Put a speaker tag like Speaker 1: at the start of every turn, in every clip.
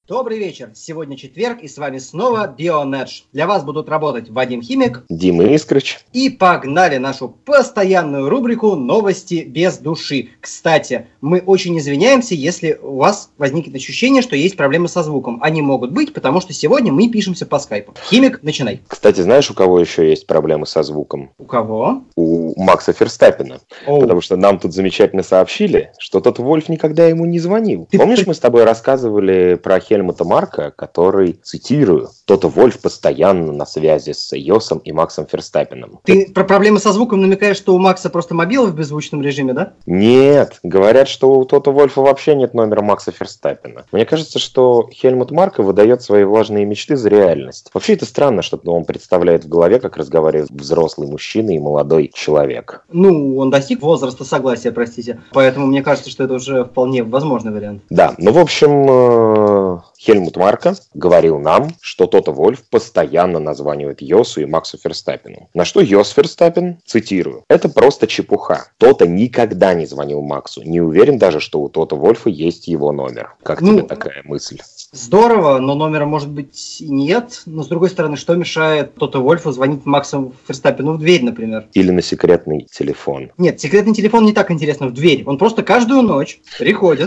Speaker 1: Добрый вечер. Сегодня четверг, и с вами снова Bionedge. Для вас будут работать Вадим Химик,
Speaker 2: Дима Искрыч.
Speaker 1: И погнали нашу постоянную рубрику «Новости без души». Кстати, мы очень извиняемся, если у вас возникнет ощущение, что есть проблемы со звуком. Они могут быть, потому что сегодня мы пишемся по скайпу. Химик, начинай.
Speaker 2: Кстати, знаешь, у кого еще есть проблемы со звуком?
Speaker 1: У кого?
Speaker 2: У Макса Ферстаппена. Потому что нам тут замечательно сообщили, что тот Вольф никогда ему не звонил. Помнишь, мы с тобой рассказывали про Хельмута Марка, который, цитирую, «Тото Вольф постоянно на связи с Йосом и Максом Ферстаппеном».
Speaker 1: Ты про проблемы со звуком намекаешь, что у Макса просто мобила в беззвучном режиме, да?
Speaker 2: Нет, говорят, что у Тото Вольфа вообще нет номера Макса Ферстаппена. Мне кажется, что Хельмут Марко выдает свои влажные мечты за реальность. Вообще это странно, что он представляет в голове, как разговаривает взрослый мужчина и молодой человек.
Speaker 1: Ну, он достиг возраста согласия, простите. Поэтому мне кажется, что это уже вполне возможный вариант.
Speaker 2: Да, ну в общем, Хельмут Марко говорил нам, что Тото Вольф постоянно названивает Йосу и Максу Ферстаппену. На что Йос Ферстаппен, цитирую, «Это просто чепуха. Тото никогда не звонил Максу. Не уверен даже, что у Тото Вольфа есть его номер». Как тебе такая мысль?
Speaker 1: Здорово, но номера, может быть, и нет. Но, с другой стороны, что мешает Тото Вольфу звонить Максу Ферстаппену в дверь, например?
Speaker 2: Или на секретный телефон.
Speaker 1: Нет, секретный телефон не так интересно в дверь. Он просто каждую ночь приходит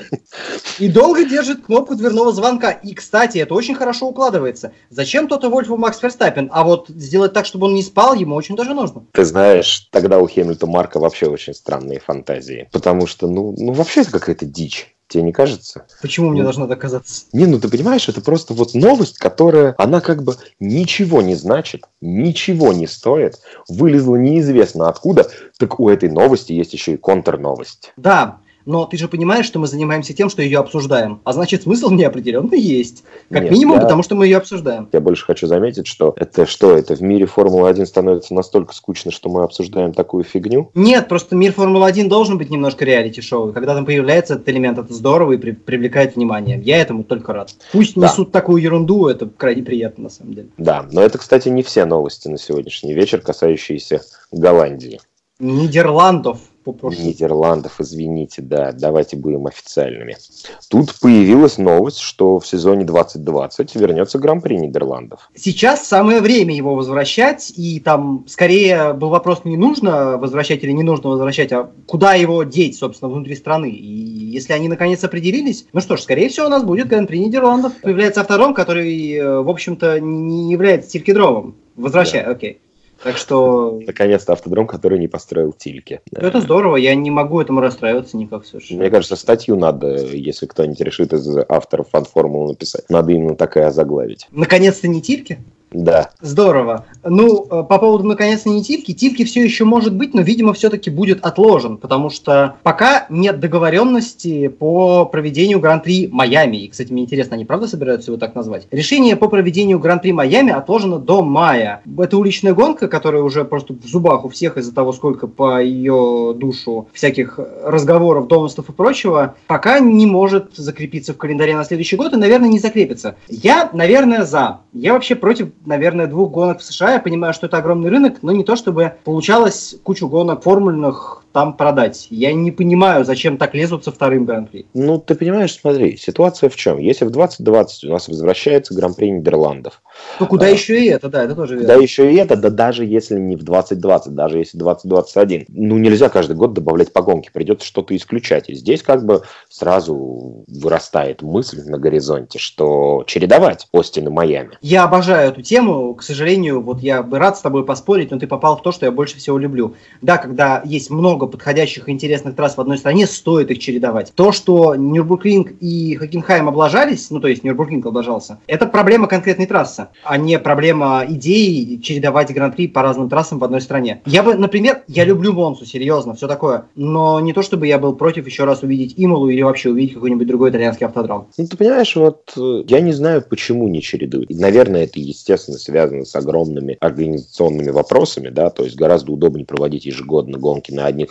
Speaker 1: и долго держит кнопку дверного звонка. И, кстати, это очень хорошо укладывается. Зачем Тото Вольфу Макс Ферстаппен? А вот сделать так, чтобы он не спал, ему очень даже нужно.
Speaker 2: Ты знаешь, тогда у Хельмута Марко вообще очень странные фантазии. Потому что, вообще это какая-то дичь. Тебе не кажется?
Speaker 1: Почему мне должно так казаться?
Speaker 2: Не, ты понимаешь, это просто вот новость, которая, она как бы ничего не значит, ничего не стоит, вылезла неизвестно откуда, так у этой новости есть еще и контрновость.
Speaker 1: Да, но ты же понимаешь, что мы занимаемся тем, что ее обсуждаем. А значит, смысл неопределенно есть. Как минимум, потому что мы ее обсуждаем.
Speaker 2: Я больше хочу заметить, что это в мире Формулы-1 становится настолько скучно, что мы обсуждаем такую фигню?
Speaker 1: Нет, просто мир Формулы-1 должен быть немножко реалити-шоу. Когда там появляется этот элемент, это здорово и привлекает внимание. Я этому только рад. Пусть несут такую ерунду, это крайне приятно на самом деле.
Speaker 2: Да, но это, кстати, не все новости на сегодняшний вечер, касающиеся Голландии.
Speaker 1: Нидерландов.
Speaker 2: Нидерландов, извините, да, давайте будем официальными. Тут появилась новость, что в сезоне 2020 вернется Гран-при Нидерландов.
Speaker 1: Сейчас самое время его возвращать, и там скорее был вопрос, не нужно возвращать или не нужно возвращать, а куда его деть, собственно, внутри страны. И если они наконец определились, ну что ж, скорее всего у нас будет Гран-при Нидерландов. Появляется автором, который, в общем-то, не является тилькидромом. Возвращай, да. Окей. Так что...
Speaker 2: Наконец-то автодром, который не построил Тильке.
Speaker 1: Это здорово, я не могу этому расстраиваться никак совершенно.
Speaker 2: Мне кажется, статью надо, если кто-нибудь решит из авторов фан-формулы написать, надо именно такая озаглавить.
Speaker 1: Наконец-то не Тильке?
Speaker 2: Да.
Speaker 1: Здорово. По поводу наконец-то не Тильки. Тильки все еще может быть, но, видимо, все-таки будет отложен, потому что пока нет договоренности по проведению Гран-при Майами. И, кстати, мне интересно, они правда собираются его так назвать? Решение по проведению Гран-при Майами отложено до мая. Это уличная гонка, которая уже просто в зубах у всех из-за того, сколько по ее душу всяких разговоров, домыслов и прочего, пока не может закрепиться в календаре на следующий год и, наверное, не закрепится. Я, наверное, за. Я вообще против, наверное, 2 гонок в США. Я понимаю, что это огромный рынок, но не то, чтобы получалось кучу гонок формульных там продать. Я не понимаю, зачем так лезут со вторым Гран-при.
Speaker 2: Ты понимаешь, смотри, ситуация в чем? Если в 2020 у нас возвращается Гран-при Нидерландов.
Speaker 1: Куда еще и это, да, это тоже верно.
Speaker 2: Да, еще и это, да даже если не в 2020, даже если 2021. Нельзя каждый год добавлять по гонке, придется что-то исключать. И здесь как бы сразу вырастает мысль на горизонте, что чередовать Остин и Майами.
Speaker 1: Я обожаю эту тему, к сожалению, я бы рад с тобой поспорить, но ты попал в то, что я больше всего люблю. Да, когда есть много подходящих и интересных трасс в одной стране, стоит их чередовать. То, что Нюрбургринг и Хокенхайм облажались, то есть Нюрбургринг облажался, это проблема конкретной трассы, а не проблема идеи чередовать Гран-при по разным трассам в одной стране. Я бы, например, я люблю Монцу, серьезно, все такое, но не то, чтобы я был против еще раз увидеть Имолу или вообще увидеть какой-нибудь другой итальянский автодром.
Speaker 2: Ты понимаешь, я не знаю, почему не чередуют. Наверное, это, естественно, связано с огромными организационными вопросами, да, то есть гораздо удобнее проводить ежегодно гонки на одних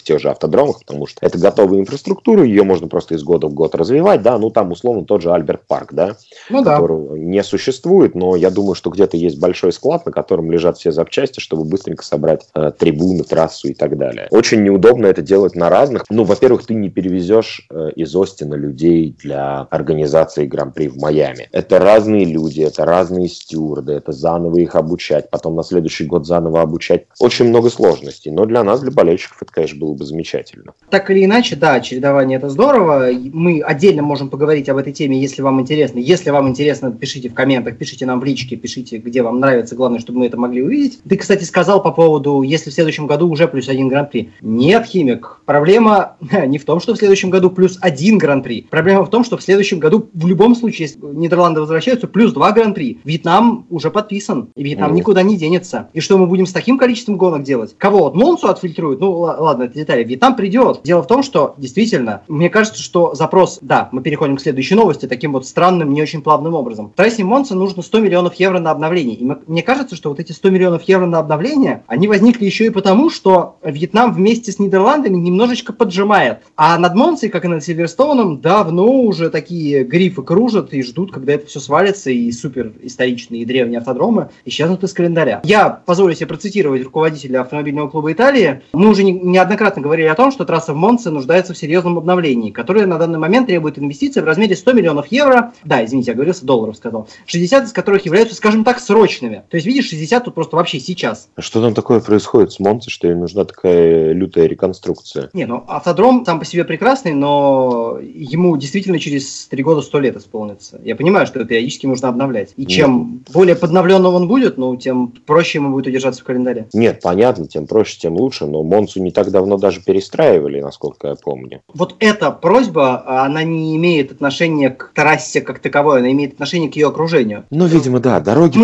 Speaker 2: тех же автодромах, потому что это готовая инфраструктура, ее можно просто из года в год развивать, да, ну там условно тот же Альберт Парк, да, которого не существует, но я думаю, что где-то есть большой склад, на котором лежат все запчасти, чтобы быстренько собрать трибуны, трассу и так далее. Очень неудобно это делать на разных. Ну, во-первых, ты не перевезешь из Остина людей для организации Гран-при в Майами. Это разные люди, это разные стюарды, это заново их обучать, потом на следующий год заново обучать. Очень много сложностей, но для нас, для болельщиков, это, конечно, было бы замечательно.
Speaker 1: Так или иначе, да, чередование это здорово. Мы отдельно можем поговорить об этой теме, если вам интересно. Если вам интересно, пишите в комментах, пишите нам в личке, пишите, где вам нравится. Главное, чтобы мы это могли увидеть. Ты, кстати, сказал по поводу, если в следующем году уже +1 Гран-при. Нет, Химик, проблема не в том, что в следующем году +1 Гран-при. Проблема в том, что в следующем году в любом случае, если Нидерланды возвращаются, +2 Гран-при. Вьетнам уже подписан, и Вьетнам никуда не денется. И что мы будем с таким количеством гонок делать? Кого? Вот Монцу отфильтруют? Ну, ладно, это детали. Вьетнам придет. Дело в том, что действительно, мне кажется, что запрос, да, мы переходим к следующей новости, таким вот странным, не очень плавным образом. В трассе Монца нужно 100 миллионов евро на обновление. И мне кажется, что вот эти 100 миллионов евро на обновление, они возникли еще и потому, что Вьетнам вместе с Нидерландами немножечко поджимает. А над Монцей, как и над Сильверстоуном, давно уже такие грифы кружат и ждут, когда это все свалится, и супер историчные и древние автодромы исчезнут из календаря. Я позволю себе процитировать руководителя автомобильного клуба Италии. Мы уже неоднократно говорили о том, что трасса в Монце нуждается в серьезном обновлении, которое на данный момент требует инвестиций в размере 100 миллионов евро. Да, извините, я говорился, долларов сказал. 60 из которых являются, скажем так, срочными. То есть, видишь, 60 тут просто вообще сейчас.
Speaker 2: А что там такое происходит с Монце, что им нужна такая лютая реконструкция?
Speaker 1: Не, ну автодром сам по себе прекрасный, но ему действительно через 3 года 100 лет исполнится. Я понимаю, что это периодически нужно обновлять. И чем более подновленным он будет, ну, тем проще ему будет удержаться в календаре.
Speaker 2: Нет, понятно, тем проще, тем лучше, но Монцу не так давно даже перестраивали, насколько я помню.
Speaker 1: Вот эта просьба, она не имеет отношения к трассе как таковой, она имеет отношение к ее окружению.
Speaker 2: Ну, видимо, да, дороги,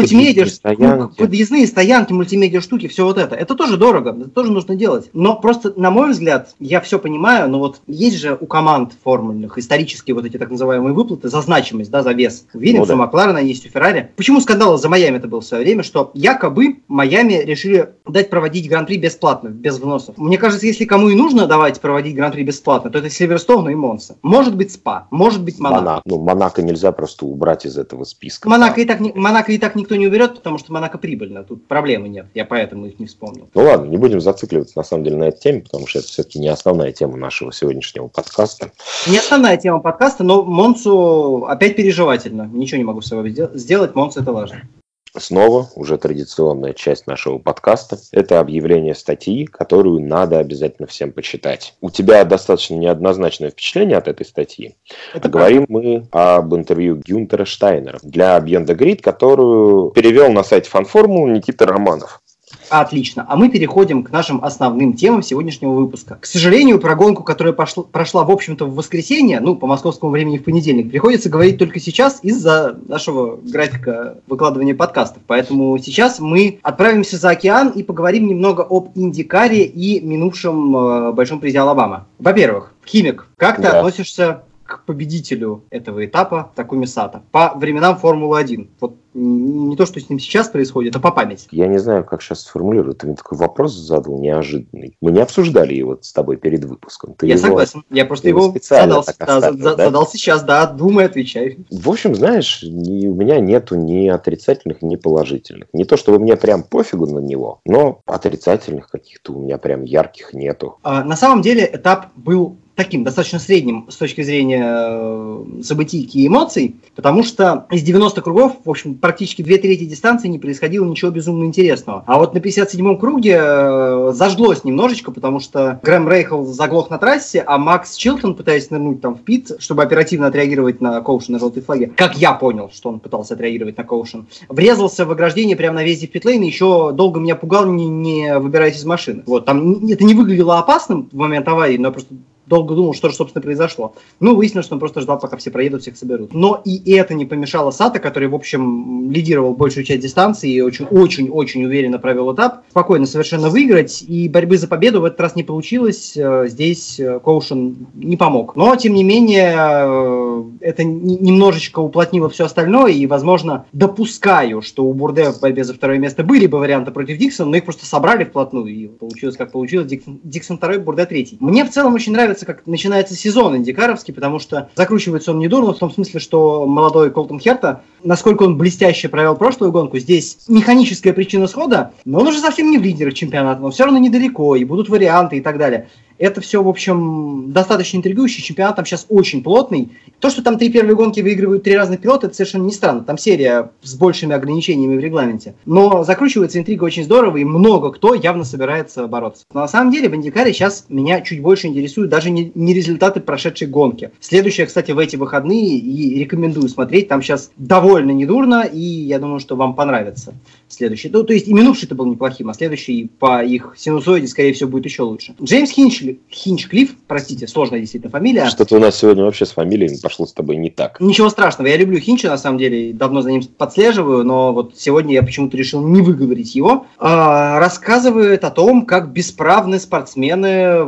Speaker 1: подъездные стоянки, мультимедиа штуки, все вот это. Это тоже дорого, это тоже нужно делать. Но просто, на мой взгляд, я все понимаю, но вот есть же у команд формульных исторические вот эти так называемые выплаты за значимость, да, за вес. У Вильямса, у Макларена есть, у Феррари. Почему скандал за Майами это был в свое время, что якобы Майами решили дать проводить Гран-при бесплатно, без взносов. Мне кажется, если кому и нужно давать проводить Гран-при бесплатно, то это Сильверстоун и Монца. Может быть СПА, может быть Монако.
Speaker 2: Монако нельзя просто убрать из этого списка.
Speaker 1: Монако и так никто не уберет, потому что Монако прибыльно. Тут проблемы нет. Я поэтому их не вспомнил.
Speaker 2: Ну ладно, не будем зацикливаться на самом деле на этой теме, потому что это все-таки не основная тема нашего сегодняшнего подкаста.
Speaker 1: Не основная тема подкаста, но Монцу опять переживательно. Ничего не могу с собой сделать. Монцу это важно.
Speaker 2: Снова, уже традиционная часть нашего подкаста, это объявление статьи, которую надо обязательно всем почитать. У тебя достаточно неоднозначное впечатление от этой статьи. Говорим мы об интервью Гюнтера Штайнера для Beyond the Grid, которую перевел на сайте Фанформул Никита Романов.
Speaker 1: Отлично. А мы переходим к нашим основным темам сегодняшнего выпуска. К сожалению, про гонку, которая прошла, в общем-то, в воскресенье, по московскому времени в понедельник, приходится говорить только сейчас из-за нашего графика выкладывания подкастов. Поэтому сейчас мы отправимся за океан и поговорим немного об Индикаре и минувшем Большом призе Алабама. Во-первых, Химик, как ты относишься к победителю этого этапа Такуми Сато по временам Формулы-1? Вот не то, что с ним сейчас происходит, а по памяти.
Speaker 2: Я не знаю, как сейчас сформулировать. Ты мне такой вопрос задал неожиданный. Мы не обсуждали его с тобой перед выпуском.
Speaker 1: Я согласен. Я просто его задал сейчас, думай, отвечай.
Speaker 2: В общем, знаешь, у меня нету ни отрицательных, ни положительных. Не то, чтобы мне прям пофигу на него, но отрицательных каких-то у меня прям ярких нету.
Speaker 1: На самом деле этап был таким достаточно средним с точки зрения событий и эмоций, потому что из 90 кругов, в общем, практически 2/3 дистанции не происходило ничего безумно интересного. А вот на 57-м круге зажглось немножечко, потому что Грэм Рейхл заглох на трассе, а Макс Чилтон, пытаясь нырнуть там в пит, чтобы оперативно отреагировать на коушен, на желтой флаге, как я понял, что он пытался отреагировать на коушен, врезался в ограждение прямо на въезде в питлейн и еще долго меня пугал, не выбираясь из машины. Вот, там это не выглядело опасным в момент аварии, но просто долго думал, что же, собственно, произошло. Ну, выяснилось, что он просто ждал, пока все проедут, всех соберут. Но и это не помешало Сато, который, в общем, лидировал большую часть дистанции и очень-очень-очень уверенно провел этап, спокойно совершенно выиграть, и борьбы за победу в этот раз не получилось. Здесь Коушен не помог. Но, тем не менее, это немножечко уплотнило все остальное, и, возможно, допускаю, что у Бурде в борьбе за второе место были бы варианты против Диксона, но их просто собрали вплотную, и получилось, как получилось. Диксон второй, Бурде третий. Мне в целом очень нравится, как начинается сезон индикаровский, потому что закручивается он недурно, в том смысле, что молодой Колтон Херта, насколько он блестяще провел прошлую гонку, здесь механическая причина схода, но он уже совсем не в лидерах чемпионата, но все равно недалеко, и будут варианты и так далее. Это все, в общем, достаточно интригующий. Чемпионат там сейчас очень плотный. То, что там 3 первые гонки выигрывают 3 разных пилота, это совершенно не странно. Там серия с большими ограничениями в регламенте. Но закручивается интрига очень здорово, и много кто явно собирается бороться. Но на самом деле в Индикаре сейчас меня чуть больше интересуют даже не результаты прошедшей гонки. Следующая, кстати, в эти выходные, и рекомендую смотреть. Там сейчас довольно недурно, и я думаю, что вам понравится следующий. Ну, то есть и минувший-то был неплохим, а следующий по их синусоиде, скорее всего, будет еще лучше. Джеймс Хинчклифф, простите, сложная действительно фамилия.
Speaker 2: Что-то у нас сегодня вообще с фамилиями пошло с тобой не так.
Speaker 1: Ничего страшного, я люблю Хинча, на самом деле, давно за ним подслеживаю, но вот сегодня я почему-то решил не выговорить его. Рассказывает о том, как бесправны спортсмены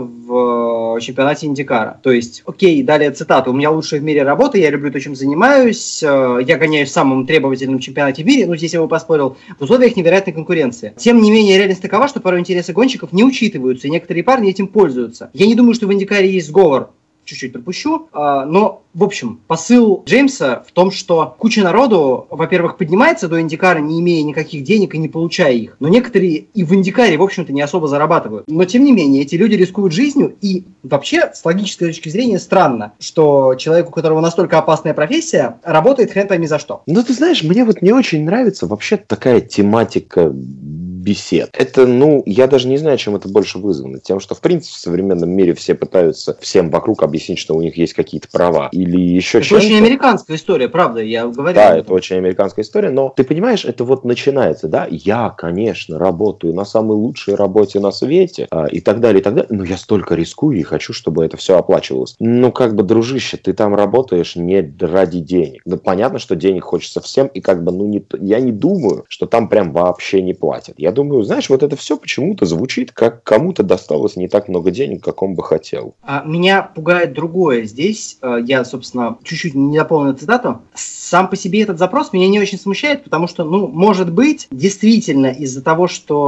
Speaker 1: в чемпионате Индикара. То есть, окей, далее цитата: «У меня лучшая в мире работа, я люблю то, чем занимаюсь, я гоняюсь в самом требовательном чемпионате в мире», ну, здесь я бы поспорил, в условиях невероятной конкуренции. Тем не менее, реальность такова, что порой интересы гонщиков не учитываются, и некоторые парни этим пользуются. Я не думаю, что в Индикаре есть сговор, чуть-чуть пропущу, но, в общем, посыл Джеймса в том, что куча народу, во-первых, поднимается до Индикара, не имея никаких денег и не получая их, но некоторые и в Индикаре, в общем-то, не особо зарабатывают. Но, тем не менее, эти люди рискуют жизнью, и вообще, с логической точки зрения, странно, что человек, у которого настолько опасная профессия, работает хрен пойми за что.
Speaker 2: Ну, ты знаешь, мне вот не очень нравится вообще такая тематика бесед. Это, ну, я даже не знаю, чем это больше вызвано. Тем, что, в принципе, в современном мире все пытаются всем вокруг объяснить, что у них есть какие-то права. Или еще
Speaker 1: это очень американская история, правда, я говорю.
Speaker 2: Да, это очень американская история, но ты понимаешь, это вот начинается, да, я, конечно, работаю на самой лучшей работе на свете, и так далее, но я столько рискую и хочу, чтобы это все оплачивалось. Ну, как бы, дружище, ты там работаешь не ради денег. Да, понятно, что денег хочется всем, и как бы, ну, я не думаю, что там прям вообще не платят. Я думаю, знаешь, вот это все почему-то звучит, как кому-то досталось не так много денег, как он бы хотел.
Speaker 1: Меня пугает другое здесь. Я, собственно, чуть-чуть не дополнил цитату. Сам по себе этот запрос меня не очень смущает, потому что, ну, может быть, действительно из-за того,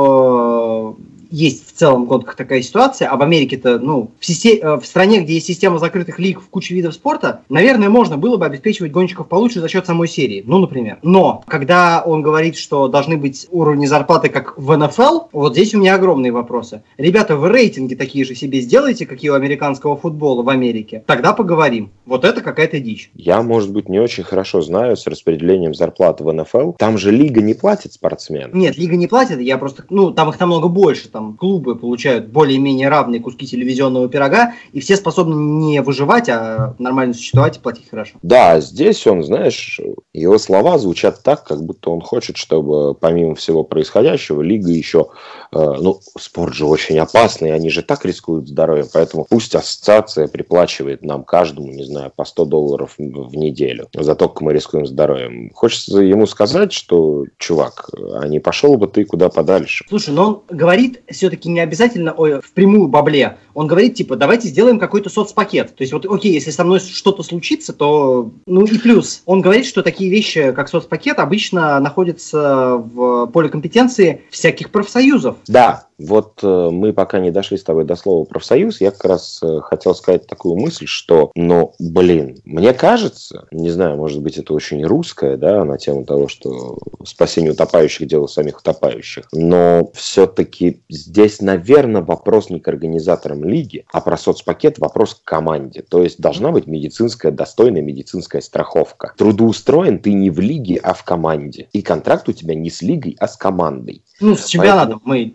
Speaker 1: что есть в целом в гонках такая ситуация, а в Америке-то, ну, в стране, где есть система закрытых лиг в куче видов спорта, наверное, можно было бы обеспечивать гонщиков получше за счет самой серии, ну, например. Но, когда он говорит, что должны быть уровни зарплаты, как в НФЛ, вот здесь у меня огромные вопросы. Ребята, вы рейтинги такие же себе сделаете, как и у американского футбола в Америке, тогда поговорим. Вот это какая-то дичь.
Speaker 2: Я, может быть, не очень хорошо знаю с распределением зарплаты в НФЛ. Там же лига не платит спортсменам.
Speaker 1: Нет, лига не платит, я просто, ну, там их намного больше, там клубы получают более-менее равные куски телевизионного пирога, и все способны не выживать, а нормально существовать и платить хорошо.
Speaker 2: Да, здесь он, знаешь, его слова звучат так, как будто он хочет, чтобы помимо всего происходящего, лига еще, ну, спорт же очень опасный, они же так рискуют здоровьем, поэтому пусть ассоциация приплачивает нам каждому, не знаю, по $100 в неделю за то, как мы рискуем здоровьем. Хочется ему сказать, что, чувак, а не пошел бы ты куда подальше.
Speaker 1: Слушай, но он говорит все-таки не обязательно впрямую бабле. Он говорит, типа, давайте сделаем какой-то соцпакет. То есть, вот, окей, если со мной что-то случится, то... Ну и плюс. Он говорит, что такие вещи, как соцпакет, обычно находятся в поле компетенции всяких профсоюзов.
Speaker 2: Да, вот мы пока не дошли с тобой до слова профсоюз, я как раз хотел сказать такую мысль, что, ну, блин, мне кажется, не знаю, может быть, это очень русское, да, на тему того, что спасение утопающих – дело самих утопающих, но все-таки здесь, наверное, вопрос не к организаторам лиги, а про соцпакет вопрос к команде. То есть должна быть достойная медицинская страховка. Трудоустроен ты не в лиге, а в команде. И контракт у тебя не с лигой, а с командой.
Speaker 1: Ну, с чемпионатом мы чуть не к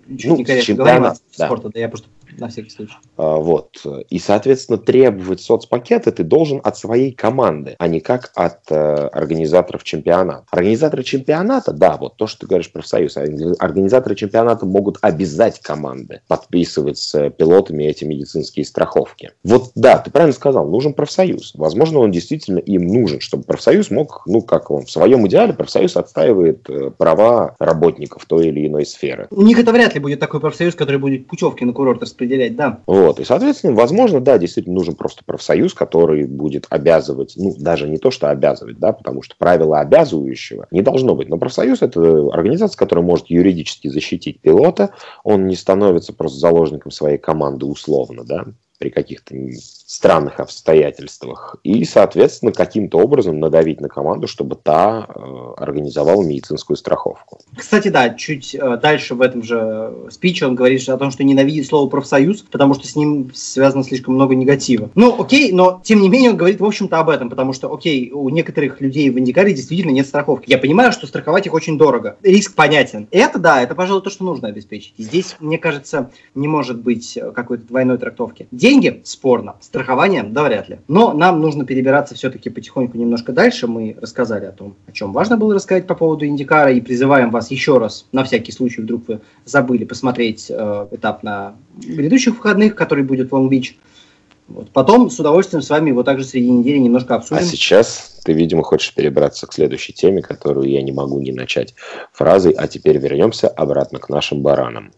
Speaker 1: некорректно говорим от спорта, да, я просто на всякий случай.
Speaker 2: Вот. И, соответственно, требовать соцпакета ты должен от своей команды, а не как от организаторов чемпионата. Организаторы чемпионата, да, вот то, что ты говоришь, профсоюз, организаторы чемпионата могут обязать команды подписывать с пилотами эти медицинские страховки. Вот, да, ты правильно сказал, нужен профсоюз. Возможно, он действительно им нужен, чтобы профсоюз мог, ну, как он, в своем идеале профсоюз отстаивает права работников той или иной сферы.
Speaker 1: У них это вряд ли будет такой профсоюз, который будет путевки на курорт распределять, да.
Speaker 2: Вот, и, соответственно, возможно, да, действительно нужен просто профсоюз, который будет обязывать, ну, даже не то, что обязывать, да, потому что правила обязывающего не должно быть, но профсоюз – это организация, которая может юридически защитить пилота, он не становится просто заложником своей команды условно, да, при каких-то странных обстоятельствах. И, соответственно, каким-то образом надавить на команду, чтобы та организовала медицинскую страховку.
Speaker 1: Кстати, да, чуть дальше в этом же спиче он говорит о том, что ненавидит слово профсоюз, потому что с ним связано слишком много негатива. Ну, окей, но тем не менее он говорит, в общем-то, об этом, потому что, окей, у некоторых людей в Индикаре действительно нет страховки. Я понимаю, что страховать их очень дорого. Риск понятен. Это, да, это, пожалуй, то, что нужно обеспечить. И здесь, мне кажется, не может быть какой-то двойной трактовки. Деньги? Спорно. Страхование? Да, вряд ли. Но нам нужно перебираться все-таки потихоньку немножко дальше. Мы рассказали о том, о чем важно было рассказать по поводу Индикара, и призываем вас еще раз, на всякий случай, вдруг вы забыли, посмотреть этап на грядущих выходных, который будет в Лонг-Бич. Вот. Потом с удовольствием с вами его также среди недели немножко обсудим.
Speaker 2: А сейчас ты, видимо, хочешь перебраться к следующей теме, которую я не могу не начать фразой, а теперь вернемся обратно к нашим баранам.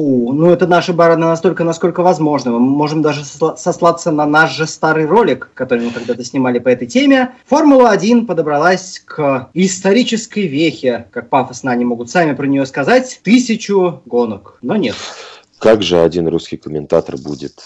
Speaker 1: Ну это наши бараны настолько, насколько возможно. Мы можем даже сослаться на наш же старый ролик, который мы когда-то снимали по этой теме. Формула-1 подобралась к исторической вехе, как пафосно они могут сами про нее сказать, 1000 гонок. Но нет.
Speaker 2: Как же один русский комментатор будет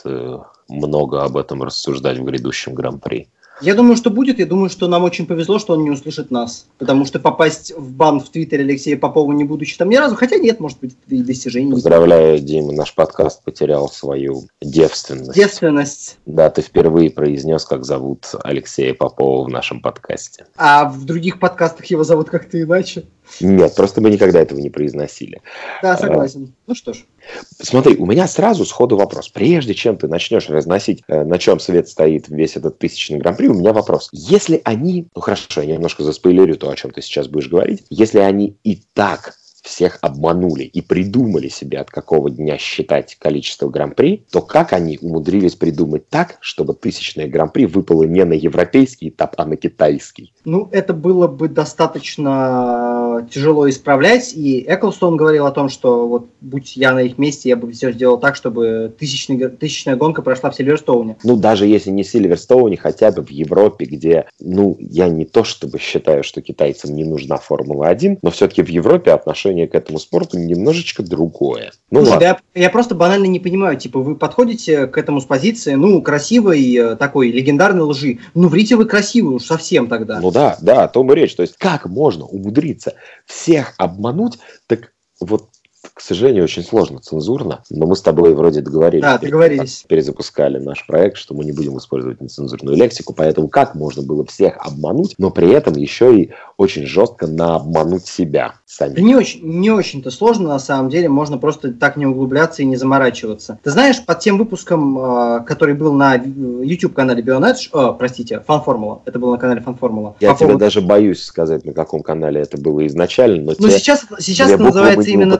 Speaker 2: много об этом рассуждать в грядущем Гран-при?
Speaker 1: Я думаю, что будет. Я думаю, что нам очень повезло, что он не услышит нас. Потому что попасть в бан в Твиттере Алексея Попова, не будучи там ни разу, хотя нет, может быть, и достижений.
Speaker 2: Поздравляю, Дима, наш подкаст потерял свою девственность.
Speaker 1: Девственность.
Speaker 2: Да, ты впервые произнес, как зовут Алексея Попова в нашем подкасте.
Speaker 1: А в других подкастах его зовут как-то иначе?
Speaker 2: Нет, просто мы никогда этого не произносили.
Speaker 1: Да, согласен. Ну что ж.
Speaker 2: Смотри, у меня сразу сходу вопрос. Прежде чем ты начнешь разносить, на чем свет стоит весь этот 1000-й Гран-при, у меня вопрос. Если они, ну хорошо, я немножко заспойлерю то, о чем ты сейчас будешь говорить, если они и так всех обманули и придумали себе, от какого дня считать количество Гран-при, то как они умудрились придумать так, чтобы 1000-е Гран-при выпало не на европейский этап, а на китайский? Ну,
Speaker 1: это было бы достаточно тяжело исправлять, и Эклстон говорил о том, что вот будь я на их месте, я бы все сделал так, чтобы 1000-я гонка прошла в Сильверстоуне.
Speaker 2: Ну, даже если не в Сильверстоуне, хотя бы в Европе, где, ну, я не то чтобы считаю, что китайцам не нужна Формула-1, но все-таки в Европе отношение к этому спорту немножечко другое. Ну,
Speaker 1: ладно. Я просто банально не понимаю, типа, вы подходите к этому с позиции, ну, красивой, такой легендарной лжи. Ну, врите вы красивый уж совсем тогда.
Speaker 2: Ну да, о том и речь. То есть, как можно умудриться всех обмануть, так вот, к сожалению, очень сложно цензурно, но мы с тобой вроде договорились.
Speaker 1: Да, договорились.
Speaker 2: Перезапускали наш проект, что мы не будем использовать нецензурную лексику, поэтому как можно было всех обмануть, но при этом еще и очень жестко наобмануть себя сами.
Speaker 1: Да не очень-то сложно, на самом деле, можно просто так не углубляться и не заморачиваться. Ты знаешь, под тем выпуском, который был на YouTube-канале Bionedge, простите, Фан-Формула, это было на канале Фан-Формула.
Speaker 2: Я тебе даже боюсь сказать, на каком канале это было изначально, но
Speaker 1: сейчас это называется именно...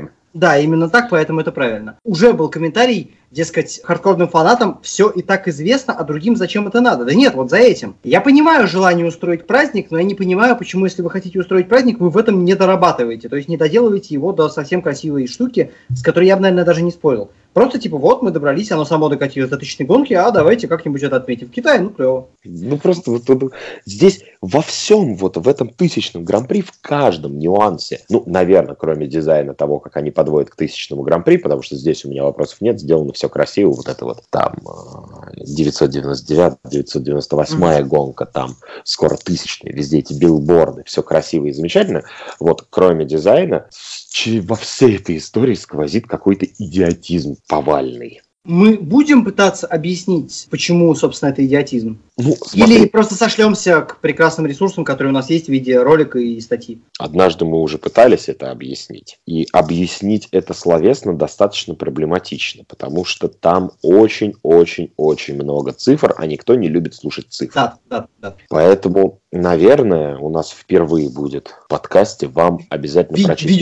Speaker 1: Да, именно так, поэтому это правильно. Уже был комментарий, дескать, хардкорным фанатам все и так известно, а другим зачем это надо? Да нет, вот за этим. Я понимаю желание устроить праздник, но я не понимаю, почему, если вы хотите устроить праздник, вы в этом не дорабатываете, то есть не доделываете его до совсем красивой штуки, с которой я бы, наверное, даже не спорил. Просто типа вот мы добрались, оно само докатилось до 1000-й гонки, а давайте как-нибудь это отметим. В Китае, ну клево.
Speaker 2: Ну просто вот здесь во всем, вот в этом 1000-м Гран-при, в каждом нюансе, ну, наверное, кроме дизайна того, как они подводят к 1000-му Гран-при, потому что здесь у меня вопросов нет, сделано все красиво, вот это вот там 999-998 гонка, там скоро 1000-я, везде эти билборды, все красиво и замечательно. Вот кроме дизайна, во всей этой истории сквозит какой-то идиотизм повальный.
Speaker 1: Мы будем пытаться объяснить, почему, собственно, это идиотизм?
Speaker 2: Ну, смотри.
Speaker 1: Или просто сошлемся к прекрасным ресурсам, которые у нас есть в виде ролика и статьи?
Speaker 2: Однажды мы уже пытались это объяснить. И объяснить это словесно достаточно проблематично, потому что там очень-очень-очень много цифр, а никто не любит слушать цифры.
Speaker 1: Да.
Speaker 2: Поэтому, наверное, у нас впервые будет в подкасте вам обязательно прочесть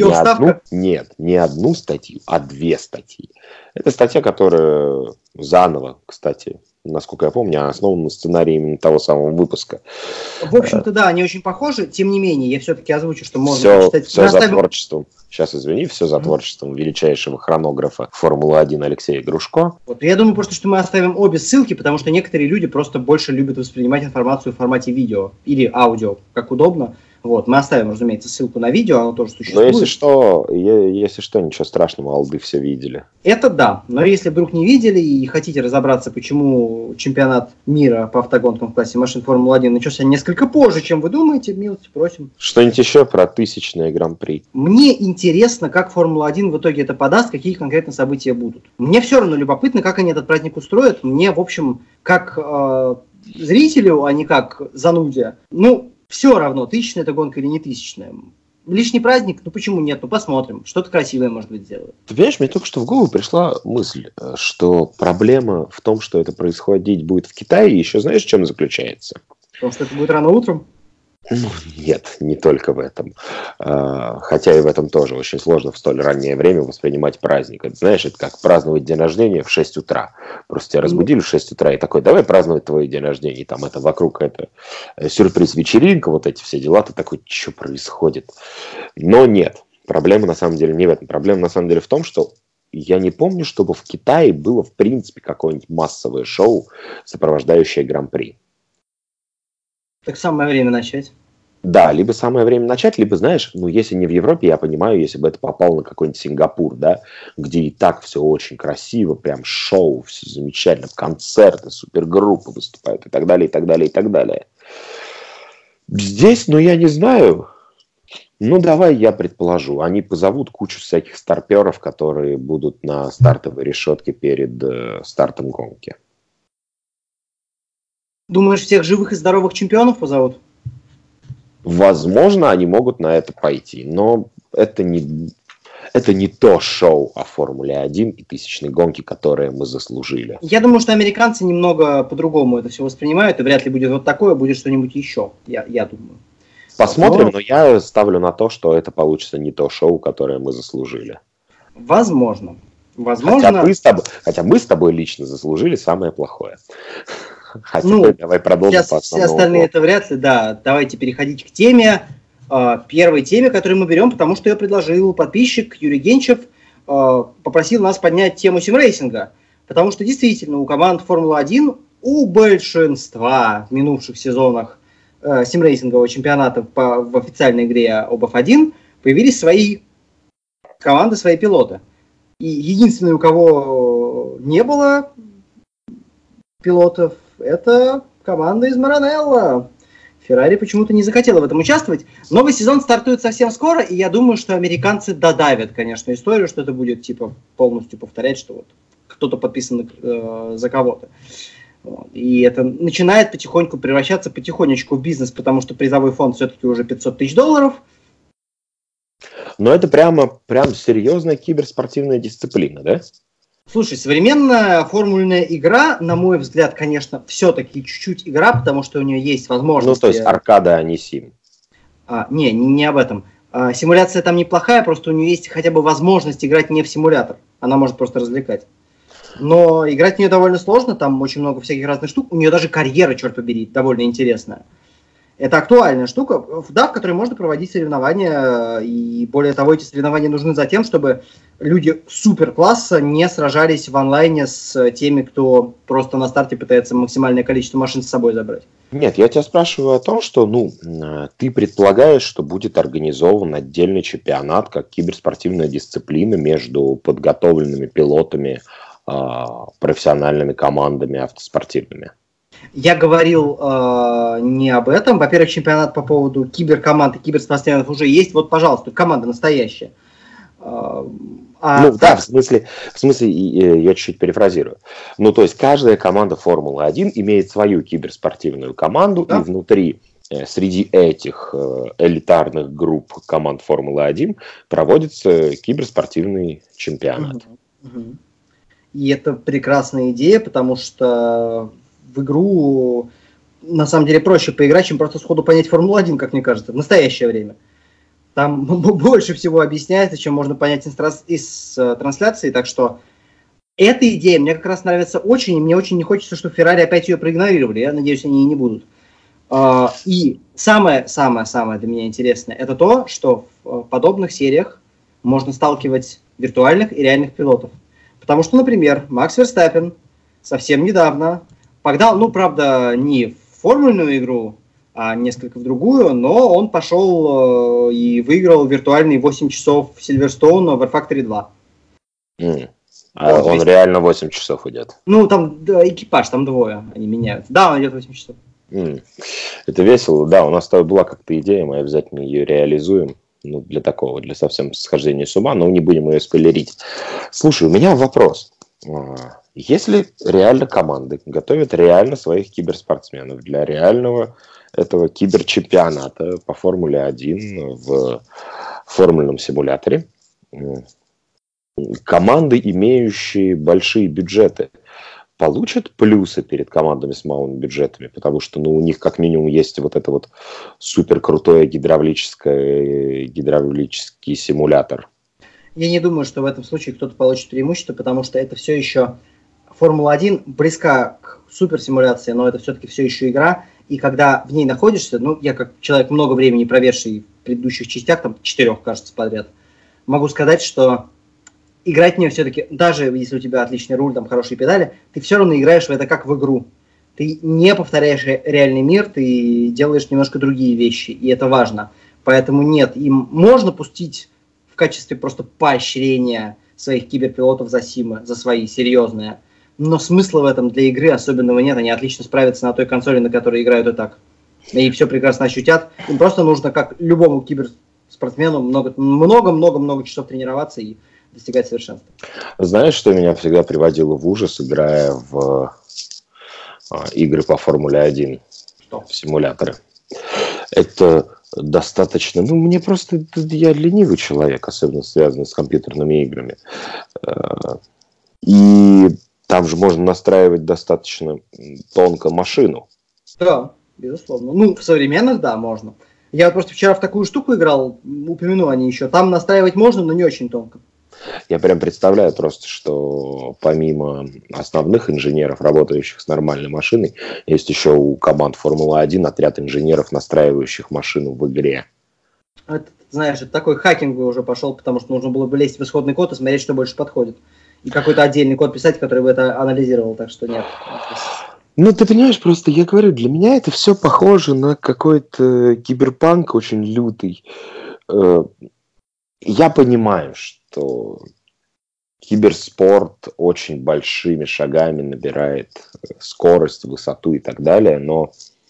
Speaker 2: не одну статью, а 2 статьи. Это статья, которая заново, кстати, насколько я помню, основана на сценарии именно того самого выпуска.
Speaker 1: В общем-то, да, они очень похожи. Тем не менее, я все-таки озвучу, что можно
Speaker 2: прочитать. Все за творчеством. Сейчас, извини, все за творчеством величайшего хронографа Формулы-1 Алексея Грушко.
Speaker 1: Вот. Я думаю просто, что мы оставим обе ссылки, потому что некоторые люди просто больше любят воспринимать информацию в формате видео или аудио, как удобно. Вот, мы оставим, разумеется, ссылку на видео, оно тоже существует.
Speaker 2: Но если что, ничего страшного, алды все видели.
Speaker 1: Это да, но если вдруг не видели и хотите разобраться, почему чемпионат мира по автогонкам в классе машин Формулы-1 начался несколько позже, чем вы думаете, милости просим.
Speaker 2: Что-нибудь еще про 1000-е Гран-при?
Speaker 1: Мне интересно, как Формула-1 в итоге это подаст, какие конкретно события будут. Мне все равно любопытно, как они этот праздник устроят. Мне, в общем, как зрителю, а не как зануде, все равно, 1000-я это гонка или не 1000-я. Лишний праздник, почему нет? Посмотрим. Что-то красивое, может быть, сделают.
Speaker 2: Ты понимаешь, мне только что в голову пришла мысль, что проблема в том, что это происходить будет в Китае, еще знаешь, в чем заключается?
Speaker 1: Потому что это будет рано утром?
Speaker 2: Нет, не только в этом. Хотя и в этом тоже очень сложно в столь раннее время воспринимать праздник. Это, знаешь, это как праздновать день рождения в 6 утра. Просто тебя разбудили в 6 утра и такой, давай праздновать твой день рождения. И там это вокруг это сюрприз-вечеринка, вот эти все дела. Ты такой, что происходит? Но нет, проблема на самом деле не в этом. Проблема на самом деле в том, что я не помню, чтобы в Китае было в принципе какое-нибудь массовое шоу, сопровождающее Гран-при.
Speaker 1: Так самое время начать.
Speaker 2: Да, либо самое время начать, либо, знаешь, если не в Европе, я понимаю, если бы это попало на какой-нибудь Сингапур, да, где и так все очень красиво, прям шоу, все замечательно, концерты, супергруппы выступают и так далее, и так далее, и так далее. Здесь, я не знаю. Давай я предположу. Они позовут кучу всяких старперов, которые будут на стартовой решетке перед стартом гонки.
Speaker 1: Думаешь, всех живых и здоровых чемпионов позовут?
Speaker 2: Возможно, они могут на это пойти, но это не то шоу о Формуле-1 и 1000-й гонке, которое мы заслужили.
Speaker 1: Я думаю, что американцы немного по-другому это все воспринимают, и вряд ли будет вот такое, будет что-нибудь еще, я думаю.
Speaker 2: Посмотрим, но я ставлю на то, что это получится не то шоу, которое мы заслужили.
Speaker 1: Возможно.
Speaker 2: Хотя мы с тобой лично заслужили самое плохое. Давай продолжим.
Speaker 1: Все остальные это вряд ли, да. Давайте переходить к теме. Первой теме, которую мы берем, потому что ее предложил подписчик Юрий Генчев, попросил нас поднять тему симрейсинга. Потому что действительно у команд Формулы-1, у большинства в минувших сезонах симрейсингового чемпионата в официальной игре об F1 появились свои команды, свои пилоты. И единственный, у кого не было пилотов, это команда из Маранелло. Феррари почему-то не захотела в этом участвовать. Новый сезон стартует совсем скоро, и я думаю, что американцы додавят, конечно, историю, что это будет полностью повторять, что вот кто-то подписан за кого-то. И это начинает потихоньку превращаться в бизнес, потому что призовой фонд все-таки уже $500 тысяч.
Speaker 2: Но это прям серьезная киберспортивная дисциплина, да?
Speaker 1: Слушай, современная формульная игра, на мой взгляд, конечно, все-таки чуть-чуть игра, потому что у нее есть возможность...
Speaker 2: то есть аркада, а не сим.
Speaker 1: Не об этом. Симуляция там неплохая, просто у нее есть хотя бы возможность играть не в симулятор. Она может просто развлекать. Но играть в нее довольно сложно, там очень много всяких разных штук. У нее даже карьера, черт побери, довольно интересная. Это актуальная штука, в которой можно проводить соревнования, и более того, эти соревнования нужны за тем, чтобы люди суперкласса не сражались в онлайне с теми, кто просто на старте пытается максимальное количество машин с собой забрать.
Speaker 2: Нет, я тебя спрашиваю о том, что ты предполагаешь, что будет организован отдельный чемпионат, как киберспортивная дисциплина между подготовленными пилотами, профессиональными командами автоспортивными.
Speaker 1: Я говорил не об этом. Во-первых, чемпионат по поводу киберкоманд и киберспортсменов уже есть. Вот, пожалуйста, команда настоящая.
Speaker 2: В смысле, я чуть-чуть перефразирую. Ну, то есть каждая команда Формулы-1 имеет свою киберспортивную команду, да? И внутри, среди этих элитарных групп команд Формулы-1 проводится киберспортивный чемпионат.
Speaker 1: И это прекрасная идея, потому что в игру на самом деле проще поиграть, чем просто сходу понять Формулу-1, как мне кажется, в настоящее время. Там больше всего объясняется, чем можно понять из трансляции, так что эта идея мне как раз нравится очень, и мне очень не хочется, чтобы Феррари опять ее проигнорировали, я надеюсь, они и не будут. И самое для меня интересное, это то, что в подобных сериях можно сталкивать виртуальных и реальных пилотов. Потому что, например, Макс Верстаппен совсем недавно погнал, правда, не в формульную игру, а несколько в другую, но он пошел и выиграл виртуальные 8 часов Сильверстоуна в R-Factory 2.
Speaker 2: Он реально 8 часов идет?
Speaker 1: Там экипаж, там двое, они меняются. Да, он идет 8 часов.
Speaker 2: Это весело, да, у нас была как-то идея, мы обязательно ее реализуем. Для такого, для совсем схождения с ума, но не будем ее спойлерить. Слушай, у меня вопрос. Если реально команды готовят реально своих киберспортсменов для реального этого киберчемпионата по Формуле-1 в формульном симуляторе, команды, имеющие большие бюджеты, получат плюсы перед командами с малыми бюджетами, потому что у них как минимум есть вот это вот супер крутое гидравлический симулятор.
Speaker 1: Я не думаю, что в этом случае кто-то получит преимущество, потому что это все еще Формула-1 близка к суперсимуляции, но это все-таки все еще игра, и когда в ней находишься, я как человек много времени проведший в предыдущих частях, 4, кажется, подряд, могу сказать, что играть в нее все-таки, даже если у тебя отличный руль, хорошие педали, ты все равно играешь в это как в игру. Ты не повторяешь реальный мир, ты делаешь немножко другие вещи, и это важно. Поэтому нет, им можно пустить в качестве просто поощрения своих киберпилотов за симы, за свои серьезные. Но смысла в этом для игры особенного нет, они отлично справятся на той консоли, на которой играют и так. И все прекрасно ощутят. Им просто нужно, как любому киберспортсмену, много-много часов тренироваться и достигать совершенства.
Speaker 2: Знаешь, что меня всегда приводило в ужас, играя в игры по Формуле-1, в симуляторы? Это достаточно... мне просто... Я ленивый человек, особенно связанный с компьютерными играми. И там же можно настраивать достаточно тонко машину.
Speaker 1: Да, безусловно. В современных, да, можно. Я просто вчера в такую штуку играл, упомяну о ней еще. Там настраивать можно, но не очень тонко.
Speaker 2: Я прям представляю просто, что помимо основных инженеров, работающих с нормальной машиной, есть еще у команд Формулы-1 отряд инженеров, настраивающих машину в игре.
Speaker 1: Это, знаешь, это такой хакинг уже пошел, потому что нужно было бы лезть в исходный код и смотреть, что больше подходит. И какой-то отдельный код писать, который бы это анализировал, так что нет.
Speaker 2: Ты понимаешь, просто я говорю, для меня это все похоже на какой-то киберпанк очень лютый. Я понимаю, что киберспорт очень большими шагами набирает скорость, высоту и так далее, но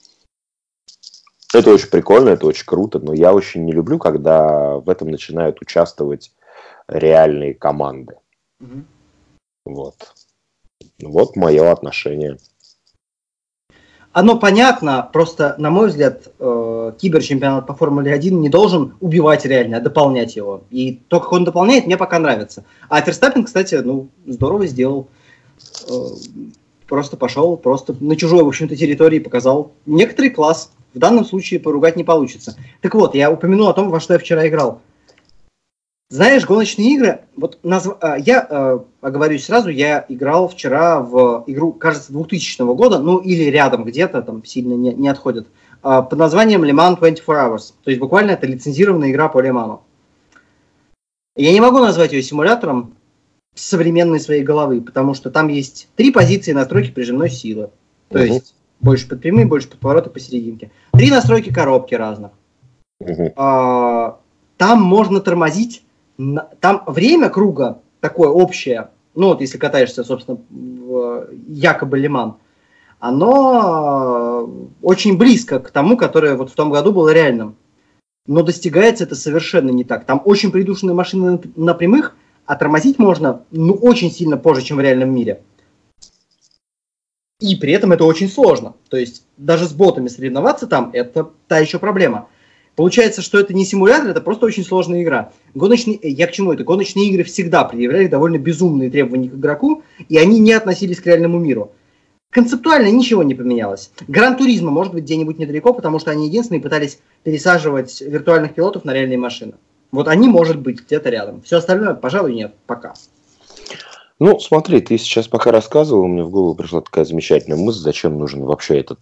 Speaker 2: это очень прикольно, это очень круто, но я очень не люблю, когда в этом начинают участвовать реальные команды. Вот мое отношение.
Speaker 1: Оно понятно, просто, на мой взгляд, киберчемпионат по Формуле-1 не должен убивать реально, а дополнять его. И то, как он дополняет, мне пока нравится. А Верстаппен, кстати, здорово сделал. Просто пошел, на чужой, в общем-то, территории показал некоторый класс. В данном случае поругать не получится. Так вот, я упомянул о том, во что я вчера играл. Знаешь, гоночные игры, я оговорюсь сразу, я играл вчера в игру, кажется, 2000 года, или рядом где-то, там сильно не отходит, под названием Le Mans 24 Hours. То есть буквально это лицензированная игра по Le Mans. Я не могу назвать ее симулятором с современной своей головы, потому что там есть 3 позиции настройки прижимной силы. То есть больше под прямые, больше под повороты посерединке. 3 настройки коробки разных. Там можно тормозить. Там время круга такое общее, если катаешься, собственно, в якобы Лиман, оно очень близко к тому, которое в том году было реальным. Но достигается это совершенно не так. Там очень придушенные машины на прямых, а тормозить можно, очень сильно позже, чем в реальном мире. И при этом это очень сложно. То есть даже с ботами соревноваться там, это та еще проблема. Получается, что это не симулятор, это просто очень сложная игра. Я к чему это? Гоночные игры всегда предъявляли довольно безумные требования к игроку, и они не относились к реальному миру. Концептуально ничего не поменялось. Гран-туризмо может быть где-нибудь недалеко, потому что они единственные пытались пересаживать виртуальных пилотов на реальные машины. Вот они, может быть, где-то рядом. Все остальное, пожалуй, нет. Пока.
Speaker 2: Ну, смотри, ты сейчас пока рассказывал, мне в голову пришла такая замечательная мысль, зачем нужен вообще этот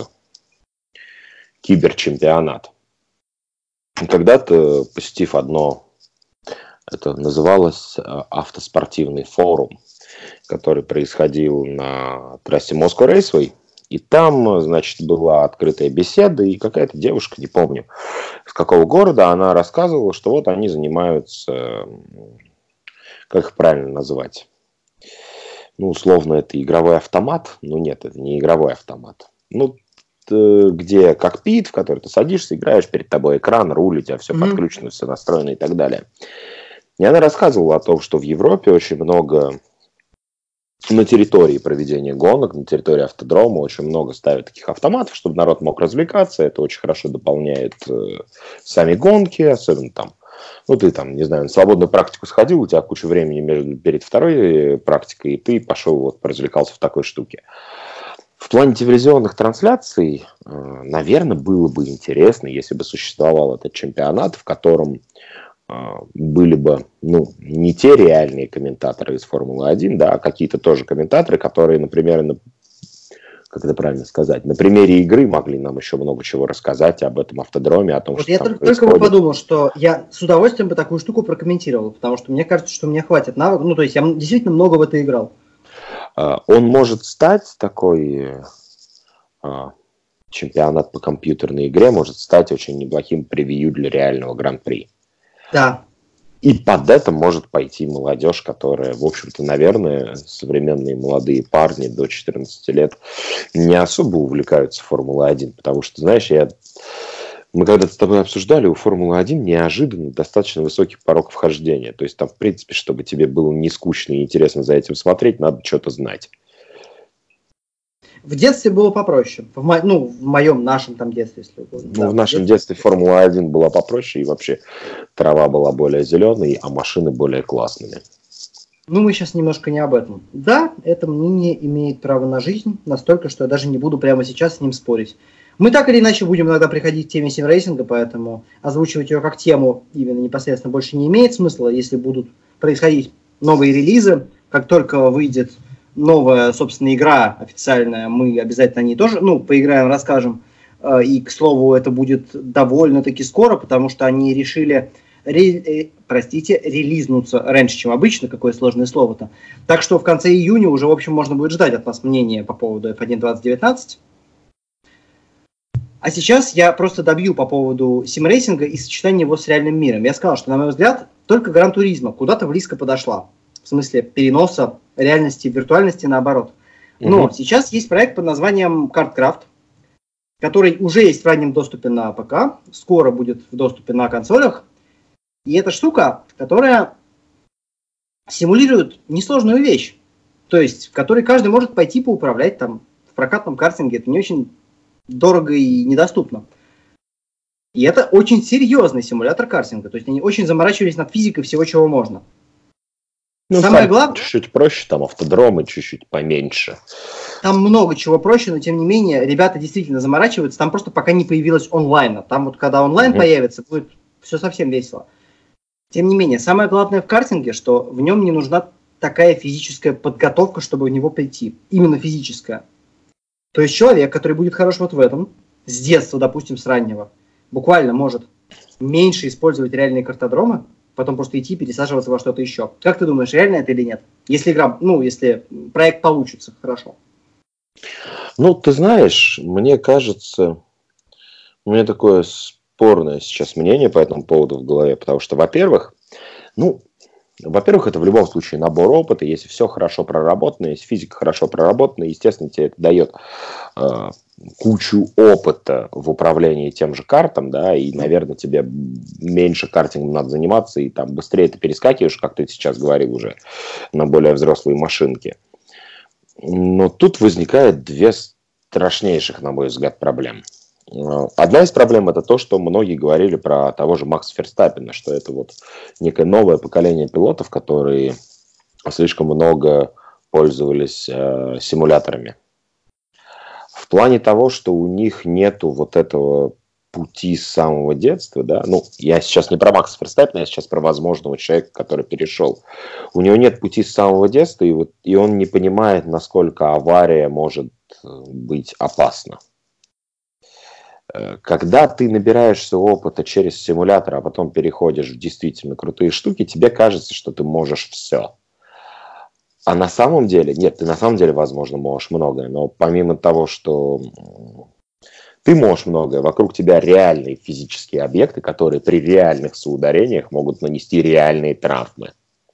Speaker 2: киберчемпионат. Когда-то, посетив одно, это называлось автоспортивный форум, который происходил на трассе Moscow Raceway, и там, значит, была открытая беседа, и какая-то девушка, не помню, с какого города, она рассказывала, что вот они занимаются, как их правильно назвать, условно, это игровой автомат, но нет, это не игровой автомат, где кокпит, в который ты садишься, играешь, перед тобой экран, руль, у тебя все подключено, все настроено и так далее. И она рассказывала о том, что в Европе очень много на территории проведения гонок, на территории автодрома очень много ставят таких автоматов, чтобы народ мог развлекаться. Это очень хорошо дополняет сами гонки, особенно там. Ты там, не знаю, на свободную практику сходил, у тебя куча времени перед второй практикой, и ты пошел поразвлекался в такой штуке. В плане телевизионных трансляций, наверное, было бы интересно, если бы существовал этот чемпионат, в котором были бы, не те реальные комментаторы из Формулы-1, да, а какие-то тоже комментаторы, которые, например, как это правильно сказать, на примере игры могли нам еще много чего рассказать об этом автодроме, о том,
Speaker 1: вот
Speaker 2: что
Speaker 1: я
Speaker 2: там
Speaker 1: только бы подумал, что я с удовольствием бы такую штуку прокомментировал, потому что мне кажется, что мне хватит навыков, то есть я действительно много в это играл.
Speaker 2: Он может стать такой чемпионат по компьютерной игре, может стать очень неплохим превью для реального гран-при.
Speaker 1: Да.
Speaker 2: И под это может пойти молодежь, которая, в общем-то, наверное, современные молодые парни до 14 лет не особо увлекаются Формулой-1, потому что, знаешь, мы когда-то с тобой обсуждали, у Формулы-1 неожиданно достаточно высокий порог вхождения. То есть там, в принципе, чтобы тебе было не скучно и интересно за этим смотреть, надо что-то знать.
Speaker 1: В детстве было попроще. В моем, нашем там детстве, если угодно.
Speaker 2: В нашем детстве Формула-1 была попроще, и вообще трава была более зеленой, а машины более классными.
Speaker 1: Мы сейчас немножко не об этом. Да, это мнение имеет право на жизнь, настолько, что я даже не буду прямо сейчас с ним спорить. Мы так или иначе будем иногда приходить к теме симрейсинга, поэтому озвучивать ее как тему именно непосредственно больше не имеет смысла, если будут происходить новые релизы. Как только выйдет новая, собственно, игра официальная, мы обязательно о ней тоже, поиграем, расскажем. И, к слову, это будет довольно-таки скоро, потому что они решили, релизнуться раньше, чем обычно, какое сложное слово-то. Так что в конце июня уже, в общем, можно будет ждать от нас мнения по поводу F1 2019. А сейчас я просто добью по поводу симрейсинга и сочетания его с реальным миром. Я сказал, что, на мой взгляд, только Гран-туризмо куда-то близко подошла. В смысле переноса реальности в виртуальности наоборот. Но сейчас есть проект под названием KartCraft, который уже есть в раннем доступе на ПК, скоро будет в доступе на консолях. И это штука, которая симулирует несложную вещь, то есть в которой каждый может пойти поуправлять там в прокатном картинге. Это не очень дорого и недоступно. И это очень серьезный симулятор картинга, то есть они очень заморачивались над физикой всего, чего можно. Самое главное...
Speaker 2: Чуть-чуть проще, там автодромы чуть-чуть поменьше.
Speaker 1: Там много чего проще, но тем не менее ребята действительно заморачиваются. Там просто пока не появилось онлайна. Там вот когда онлайн появится, будет все совсем весело. Тем не менее, самое главное в картинге, что в нем не нужна такая физическая подготовка, чтобы в него прийти. Именно физическая. То есть человек, который будет хорош вот в этом, с детства, допустим, с раннего, буквально может меньше использовать реальные картодромы, потом просто идти пересаживаться во что-то еще. Как ты думаешь, реально это или нет? Если игра, если проект получится хорошо.
Speaker 2: Ты знаешь, мне кажется, у меня такое спорное сейчас мнение по этому поводу в голове, потому что, во-первых, это в любом случае набор опыта, если все хорошо проработано, если физика хорошо проработана, естественно, тебе это дает кучу опыта в управлении тем же картом, да, и, наверное, тебе меньше картингом надо заниматься, и там быстрее ты перескакиваешь, как ты сейчас говорил уже, на более взрослые машинки. Но тут возникает две страшнейших, на мой взгляд, проблем. Одна из проблем – это то, что многие говорили про того же Макса Ферстаппена, что это вот некое новое поколение пилотов, которые слишком много пользовались симуляторами. В плане того, что у них нету вот этого пути с самого детства, да, ну, я сейчас не про Макса Ферстаппена, я сейчас про возможного человека, который перешел. У него нет пути с самого детства, и он не понимает, насколько авария может быть опасна. Когда ты набираешься опыта через симулятор, а потом переходишь в действительно крутые штуки, тебе кажется, что ты можешь все. А на самом деле, нет, ты на самом деле, возможно, можешь многое, но помимо того, что ты можешь многое, вокруг тебя реальные физические объекты, которые при реальных соударениях могут нанести реальные травмы.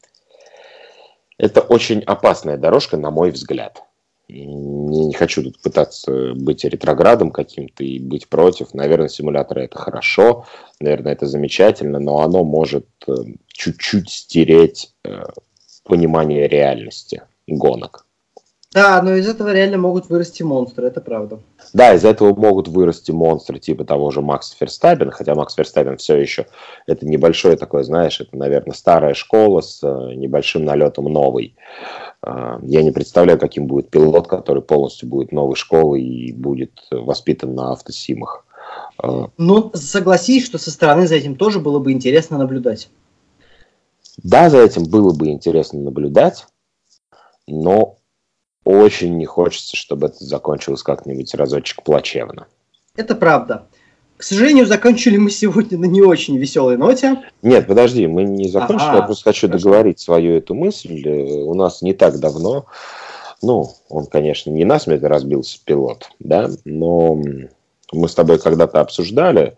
Speaker 2: Это очень опасная дорожка, на мой взгляд. Не хочу тут пытаться быть ретроградом каким-то и быть против. Наверное, симуляторы это хорошо, наверное, это замечательно, но оно может чуть-чуть стереть понимание реальности гонок.
Speaker 1: Да, но из этого реально могут вырасти монстры, это правда.
Speaker 2: Да, из этого могут вырасти монстры типа того же Макса Ферстаппена, хотя Макс Ферстаппен все еще, это небольшое такое, знаешь, это, наверное, старая школа с небольшим налетом новой. Я не представляю, каким будет пилот, который полностью будет новой школой и будет воспитан на автосимах.
Speaker 1: Ну, согласись, что со стороны за этим тоже было бы интересно наблюдать.
Speaker 2: Да, за этим было бы интересно наблюдать, но очень не хочется, чтобы это закончилось как-нибудь разочек плачевно.
Speaker 1: Это правда. К сожалению, закончили мы сегодня на не очень веселой ноте.
Speaker 2: Нет, подожди, мы не закончили, я просто хочу договорить свою эту мысль. У нас не так давно, ну, он, конечно, не насмерть разбился, пилот, да, но мы с тобой когда-то обсуждали,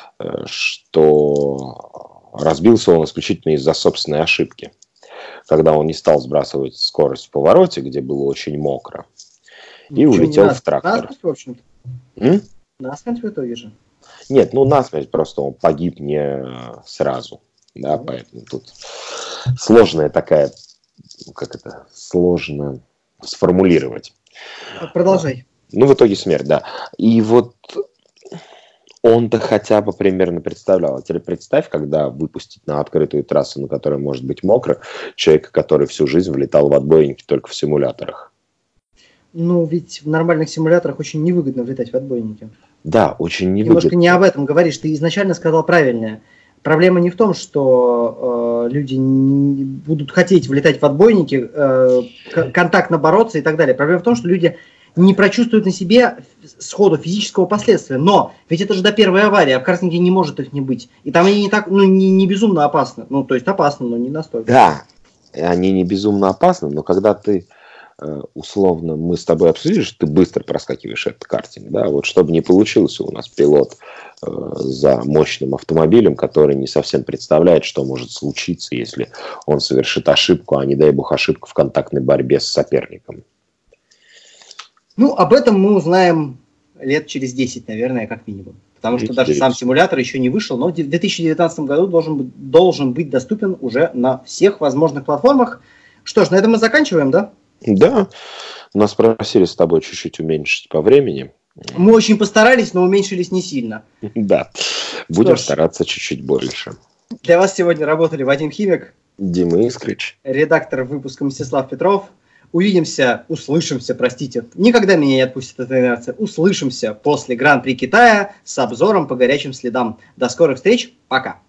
Speaker 2: что разбился он исключительно из-за собственной ошибки. Когда он не стал сбрасывать скорость в повороте, где было очень мокро, и улетел в трактор.
Speaker 1: Насмерть, в общем-то. Насмерть в итоге же.
Speaker 2: Нет, ну насмерть, просто он погиб не сразу. Да, поэтому тут сложная такая, как это, сложно сформулировать.
Speaker 1: Продолжай.
Speaker 2: Ну, в итоге смерть, да. И вот он-то хотя бы примерно представлял. А теперь представь, когда выпустить на открытую трассу, на которой может быть мокро, человека, который всю жизнь влетал в отбойники только в симуляторах.
Speaker 1: Ну, ведь в нормальных симуляторах очень невыгодно влетать в отбойники.
Speaker 2: Да, очень невыгодно.
Speaker 1: Немножко не об этом говоришь. Ты изначально сказал правильное. Проблема не в том, что люди не будут хотеть влетать в отбойники, контактно бороться и так далее. Проблема в том, что люди не прочувствуют на себе сходу физического последствия. Но ведь это же до первой аварии, а в картинге не может их не быть. И там они не так, ну, не безумно опасны. Ну, то есть опасны, но не настолько.
Speaker 2: Да, они не безумно опасны, но когда ты условно, мы с тобой обсудили, что ты быстро проскакиваешь этот картинг, да, вот чтобы не получился у нас пилот за мощным автомобилем, который не совсем представляет, что может случиться, если он совершит ошибку, а не дай бог ошибку в контактной борьбе с соперником.
Speaker 1: Ну, об этом мы узнаем лет через 10, наверное, как минимум. Потому что даже сам симулятор еще не вышел, но в 2019 году должен быть доступен уже на всех возможных платформах. Что ж, на этом мы заканчиваем, да?
Speaker 2: Да, нас просили с тобой чуть-чуть уменьшить по времени.
Speaker 1: Мы очень постарались, но уменьшились не сильно.
Speaker 2: Да, будем стараться чуть-чуть больше.
Speaker 1: Для вас сегодня работали Вадим Химик,
Speaker 2: Дима Искрич,
Speaker 1: редактор выпуска Мстислав Петров. Услышимся, никогда меня не отпустит эта инерция. Услышимся после Гран-при Китая с обзором по горячим следам. До скорых встреч, пока.